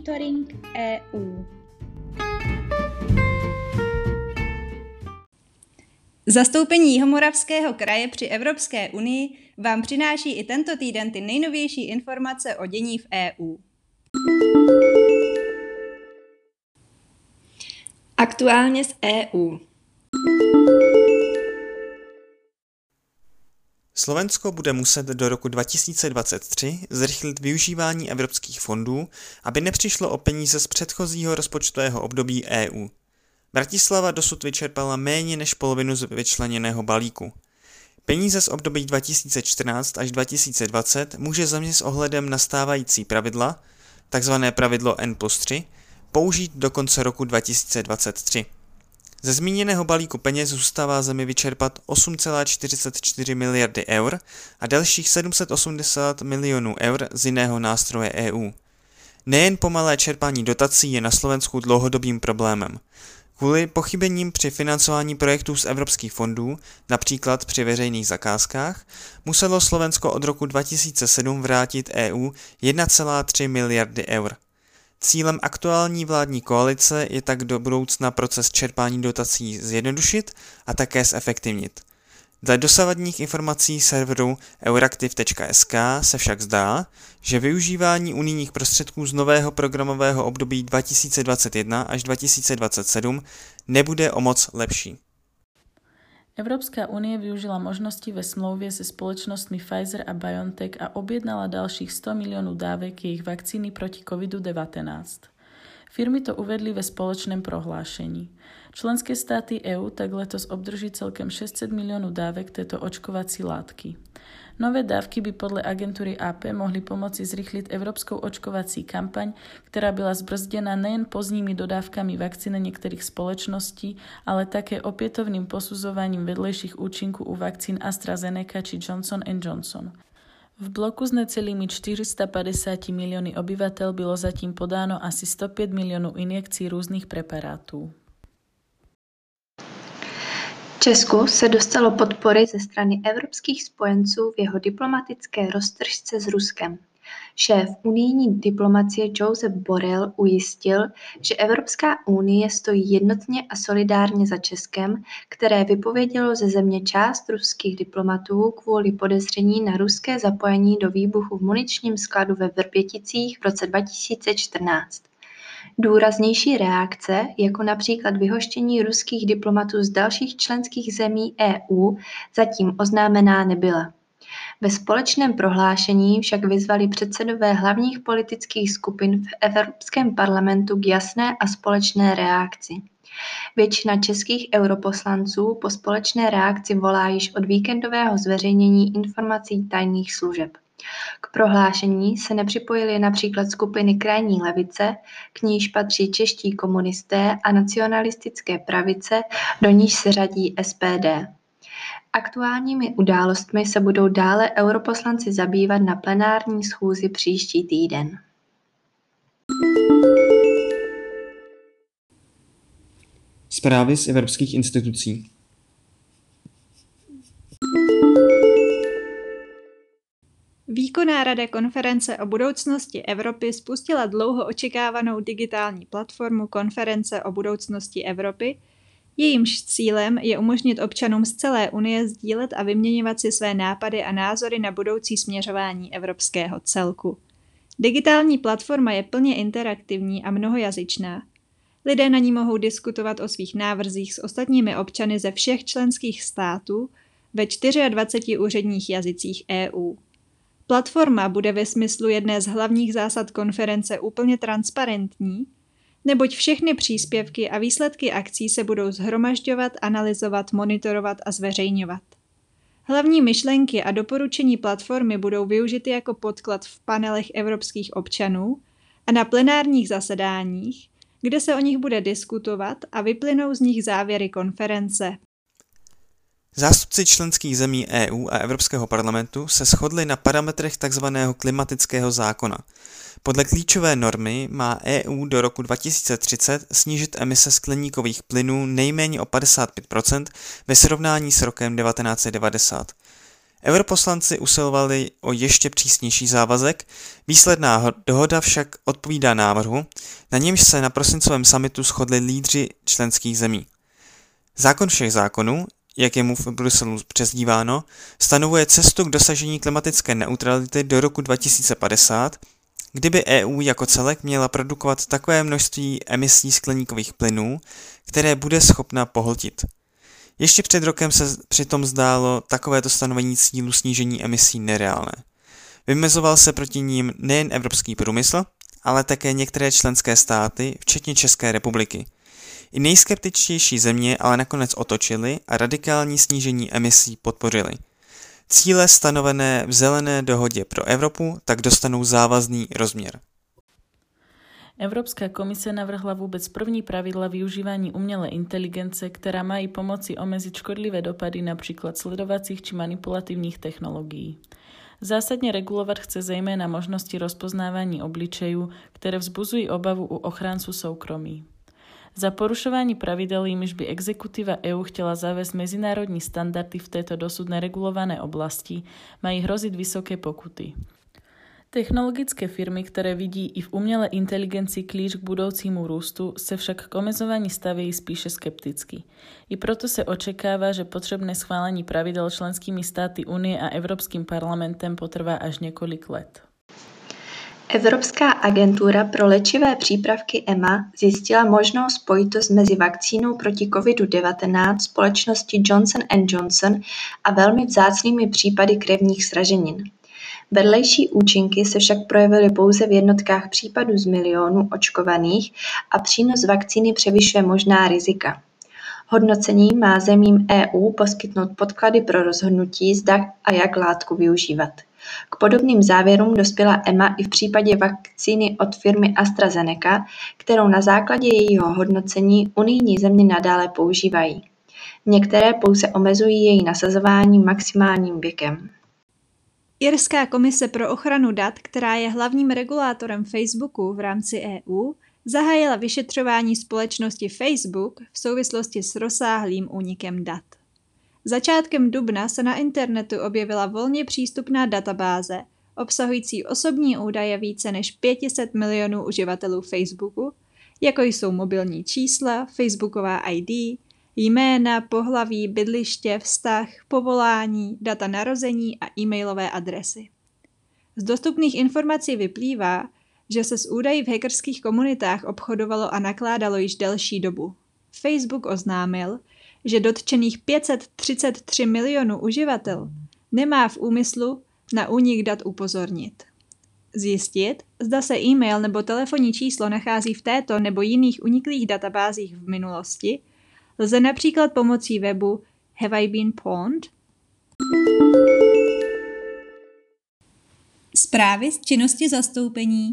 Monitoring EU. Zastoupení Jihomoravského kraje při Evropské unii vám přináší i tento týden ty nejnovější informace o dění v EU. Aktuálně z EU. Slovensko bude muset do roku 2023 zrychlit využívání evropských fondů, aby nepřišlo o peníze z předchozího rozpočtového období EU. Bratislava dosud vyčerpala méně než polovinu z vyčleněného balíku. Peníze z období 2014 až 2020 může země s ohledem na stávající pravidla, takzvané pravidlo N+3, použít do konce roku 2023. Ze zmíněného balíku peněz zůstává zemi vyčerpat 8,44 miliardy eur a dalších 780 milionů eur z jiného nástroje EU. Nejen pomalé čerpání dotací je na Slovensku dlouhodobým problémem. Kvůli pochybením při financování projektů z evropských fondů, například při veřejných zakázkách, muselo Slovensko od roku 2007 vrátit EU 1,3 miliardy eur. Cílem aktuální vládní koalice je tak do budoucna proces čerpání dotací zjednodušit a také zefektivnit. Dle dosavadních informací serveru euraktiv.sk se však zdá, že využívání unijních prostředků z nového programového období 2021 až 2027 nebude o moc lepší. Európska únie využila možnosti ve smlouvě se společnostmi Pfizer a BioNTech a objednala dalších 100 milionů dávek jejich vakcíny proti COVID-19. Firmy to uvedli ve spoločném prohlášení. Členské státy EU tak letos obdrží celkem 600 milionů dávek této očkovací látky. Nové dávky by podle agentúry AP mohli pomoci zrýchliť európskou očkovací kampaň, ktorá byla zbrzdená nejen pozdními dodávkami vakcíny niektorých spoločností, ale také opätovným posudzovaním vedlejších účinků u vakcín AstraZeneca či Johnson & Johnson. V bloku s necelými 450 milióny obyvateľ bylo zatím podáno asi 105 milionů injekcí různých preparátů. Česku se dostalo podpory ze strany evropských spojenců v jeho diplomatické roztržce s Ruskem. Šéf unijní diplomacie Josep Borrell ujistil, že Evropská unie stojí jednotně a solidárně za Českem, které vypovědělo ze země část ruských diplomatů kvůli podezření na ruské zapojení do výbuchu v muničním skladu ve Vrběticích v roce 2014. Důraznější reakce, jako například vyhoštění ruských diplomatů z dalších členských zemí EU, zatím oznámená nebyla. Ve společném prohlášení však vyzvali předsedové hlavních politických skupin v Evropském parlamentu k jasné a společné reakci. Většina českých europoslanců po společné reakci volá již od víkendového zveřejnění informací tajných služeb. K prohlášení se nepřipojily například skupiny krajní levice, k níž patří čeští komunisté a nacionalistické pravice, do níž se řadí SPD. Aktuálními událostmi se budou dále europoslanci zabývat na plenární schůzi příští týden. Zprávy z evropských institucí. Výkonná rada konference o budoucnosti Evropy spustila dlouho očekávanou digitální platformu Konference o budoucnosti Evropy. Jejímž cílem je umožnit občanům z celé Unie sdílet a vyměňovat si své nápady a názory na budoucí směřování evropského celku. Digitální platforma je plně interaktivní a mnohojazyčná. Lidé na ní mohou diskutovat o svých návrzích s ostatními občany ze všech členských států ve 24 úředních jazycích EU. Platforma bude ve smyslu jedné z hlavních zásad konference úplně transparentní, neboť všechny příspěvky a výsledky akcí se budou shromažďovat, analyzovat, monitorovat a zveřejňovat. Hlavní myšlenky a doporučení platformy budou využity jako podklad v panelech evropských občanů a na plenárních zasedáních, kde se o nich bude diskutovat a vyplynou z nich závěry konference. Zástupci členských zemí EU a Evropského parlamentu se shodli na parametrech tzv. Klimatického zákona. Podle klíčové normy má EU do roku 2030 snížit emise skleníkových plynů nejméně o 55% ve srovnání s rokem 1990. Europoslanci usilovali o ještě přísnější závazek, výsledná dohoda však odpovídá návrhu, na němž se na prosincovém summitu shodli lídři členských zemí. Zákon všech zákonů, jak je mu v Bruselu přezdíváno, stanovuje cestu k dosažení klimatické neutrality do roku 2050, kdyby EU jako celek měla produkovat takové množství emisí skleníkových plynů, které bude schopna pohltit. Ještě před rokem se přitom zdálo takovéto stanovení cílu snížení emisí nereálné. Vymezoval se proti ním nejen evropský průmysl, ale také některé členské státy, včetně České republiky. I nejskeptičtější země ale nakonec otočily a radikální snížení emisí podpořily. Cíle stanovené v Zelené dohodě pro Evropu tak dostanou závazný rozměr. Európska komisia navrhla vôbec první pravidla využívání umelej inteligence, ktorá má i pomoci omeziť škodlivé dopady napríklad sledovacích či manipulatívnych technológií. Zásadne regulovať chce zejména možnosti rozpoznávání obličeju, ktoré vzbudzujú obavu u ochráncu soukromí. Za porušování pravidel, jimiž by exekutíva EU chtěla zavést mezinárodní standardy v této dosud neregulované oblasti, mají hrozit vysoké pokuty. Technologické firmy, ktoré vidí i v umelej inteligencii klíč k budoucímu růstu, se však k omezování stavějí spíše skepticky. I proto se očekává, že potřebné schválení pravidel členskými státy Unie a Evropským parlamentem potrvá až několik let. Evropská agentura pro léčivé přípravky EMA zjistila možnou spojitost mezi vakcínou proti COVID-19 společnosti Johnson & Johnson a velmi vzácnými případy krevních sraženin. Vedlejší účinky se však projevily pouze v jednotkách případů z milionů očkovaných a přínos vakcíny převyšuje možná rizika. Hodnocení má zemím EU poskytnout podklady pro rozhodnutí, zda a jak látku využívat. K podobným závěrům dospěla EMA i v případě vakcíny od firmy AstraZeneca, kterou na základě jejího hodnocení unijní země nadále používají. Některé pouze omezují její nasazování maximálním věkem. Irská komise pro ochranu dat, která je hlavním regulátorem Facebooku v rámci EU, zahájila vyšetřování společnosti Facebook v souvislosti s rozsáhlým únikem dat. Začátkem dubna se na internetu objevila volně přístupná databáze, obsahující osobní údaje více než 500 milionů uživatelů Facebooku, jako jsou mobilní čísla, Facebooková ID, jména, pohlaví, bydliště, vztah, povolání, data narození a e-mailové adresy. Z dostupných informací vyplývá, že se s údaji v hackerských komunitách obchodovalo a nakládalo již delší dobu. Facebook oznámil, že dotčených 533 milionů uživatel nemá v úmyslu na únik dat upozornit. Zjistit, zda se e-mail nebo telefonní číslo nachází v této nebo jiných uniklých databázích v minulosti, lze například pomocí webu Have I Been Pwned? Zprávy z činnosti zastoupení.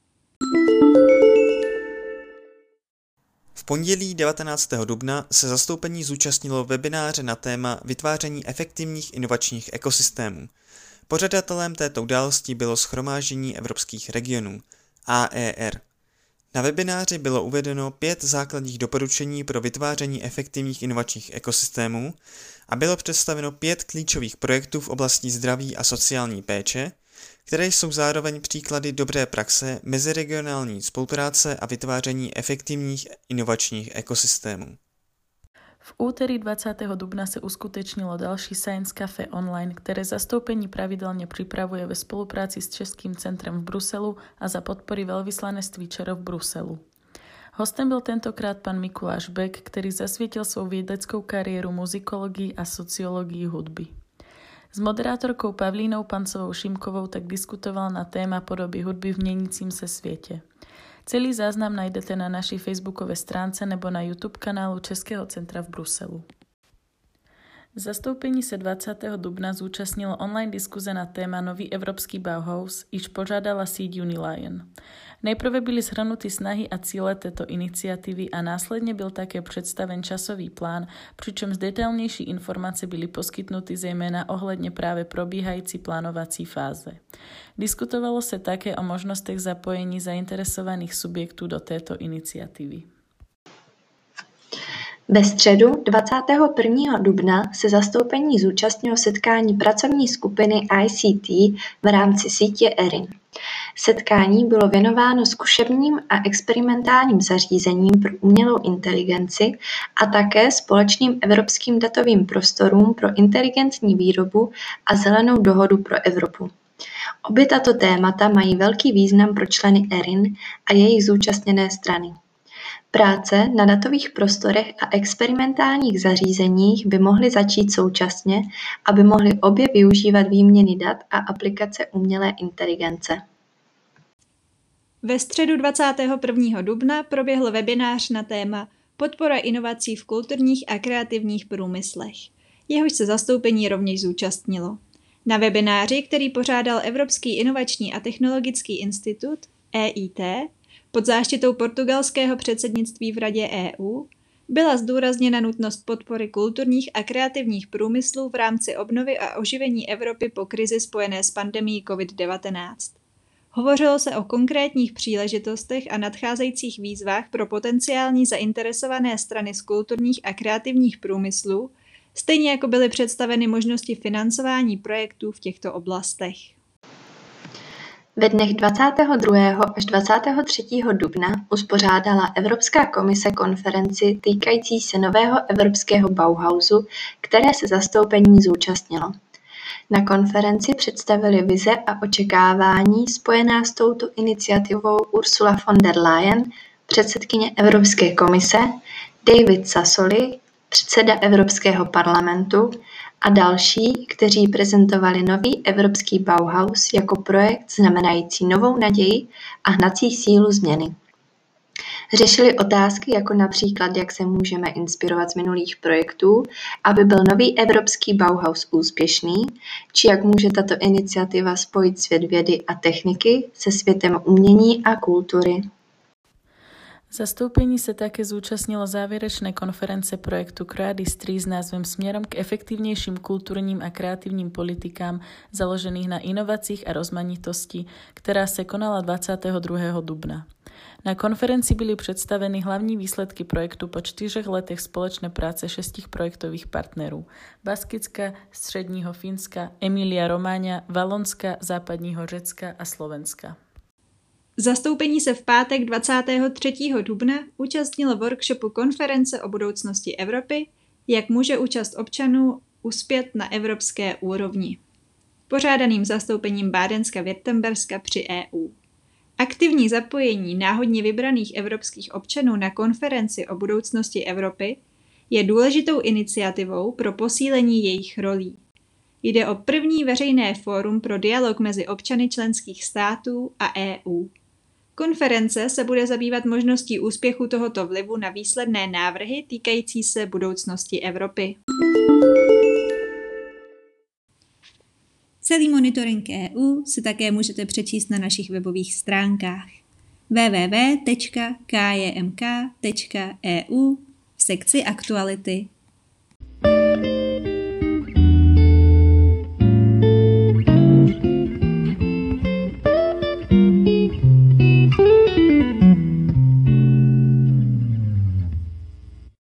V pondělí 19. dubna se zastoupení zúčastnilo webináře na téma vytváření efektivních inovačních ekosystémů. Pořadatelem této události bylo Shromáždění evropských regionů, AER. Na webináři bylo uvedeno 5 základních doporučení pro vytváření efektivních inovačních ekosystémů a bylo představeno 5 klíčových projektů v oblasti zdraví a sociální péče, které jsou zároveň příklady dobré praxe, meziregionální spolupráce a vytváření efektivních inovačních ekosystémů. V úterý 20. dubna se uskutečnilo další Science Café online, které zastoupení pravidelně připravuje ve spolupráci s Českým centrem v Bruselu a za podpory veľvyslanectví ČR v Bruselu. Hostem byl tentokrát pan Mikuláš Bek, který zasvětil svou vědeckou kariéru muzikologii a sociologii hudby. S moderátorkou Pavlínou Pancovou-Šimkovou tak diskutoval na téma podoby hudby v měnícím se světě. Celý záznam najdete na naší facebookové stránce nebo na YouTube kanálu Českého centra v Bruselu. Zastoupení se 20. dubna zúčastnilo online diskuze na téma Nový evropský Bauhaus, již požádala síť Unilion. Nejprve byly shrnuty snahy a cíle této iniciativy a následně byl také představen časový plán, přičemž detailnější informace byly poskytnuty zejména ohledně právě probíhající plánovací fáze. Diskutovalo se také o možnostech zapojení zainteresovaných subjektů do této iniciativy. Ve středu 21. dubna se zastoupení zúčastnilo setkání pracovní skupiny ICT v rámci sítě ERIN. Setkání bylo věnováno zkušebním a experimentálním zařízením pro umělou inteligenci a také společným evropským datovým prostorům pro inteligentní výrobu a zelenou dohodu pro Evropu. Obě tato témata mají velký význam pro členy ERIN a jejich zúčastněné strany. Práce na datových prostorech a experimentálních zařízeních by mohly začít současně, aby mohly obě využívat výměny dat a aplikace umělé inteligence. Ve středu 21. dubna proběhl webinář na téma Podpora inovací v kulturních a kreativních průmyslech. Jehož se zastoupení rovněž zúčastnilo. Na webináři, který pořádal Evropský inovační a technologický institut EIT pod záštitou portugalského předsednictví v Radě EU, byla zdůrazněna nutnost podpory kulturních a kreativních průmyslů v rámci obnovy a oživení Evropy po krizi spojené s pandemií COVID-19. Hovořilo se o konkrétních příležitostech a nadcházejících výzvách pro potenciální zainteresované strany z kulturních a kreativních průmyslů, stejně jako byly představeny možnosti financování projektů v těchto oblastech. Ve dnech 22. až 23. dubna uspořádala Evropská komise konferenci týkající se nového evropského Bauhausu, které se zastoupení zúčastnilo. Na konferenci představili vize a očekávání spojená s touto iniciativou Ursula von der Leyen, předsedkyně Evropské komise, David Sassoli, předseda Evropského parlamentu a další, kteří prezentovali nový evropský Bauhaus jako projekt znamenající novou naději a hnací sílu změny. Řešili otázky jako například, jak se můžeme inspirovat z minulých projektů, aby byl nový evropský Bauhaus úspěšný, či jak může tato iniciativa spojit svět vědy a techniky se světem umění a kultury. Zastoupení se také zúčastnilo závěrečné konference projektu Creadis 3 s názvem Směrom k efektivnějším kulturním a kreativním politikám založených na inovacích a rozmanitosti, která se konala 22. dubna. Na konferenci byly představeny hlavní výsledky projektu po 4 letech společné práce 6 projektových partnerů: Baskicka, Středního Fínska, Emilia Romáňa, Valonska, Západního Řecka a Slovenska. Zastoupení se v pátek 23. dubna účastnilo workshopu Konference o budoucnosti Evropy, jak může účast občanů uspět na evropské úrovni, pořádaným zastoupením Bádenska-Württemberska při EU. Aktivní zapojení náhodně vybraných evropských občanů na konferenci o budoucnosti Evropy je důležitou iniciativou pro posílení jejich rolí. Jde o první veřejné fórum pro dialog mezi občany členských států a EU. Konference se bude zabývat možností úspěchu tohoto vlivu na výsledné návrhy týkající se budoucnosti Evropy. Celý monitoring EU si také můžete přečíst na našich webových stránkách www.kjmk.eu v sekci Aktuality.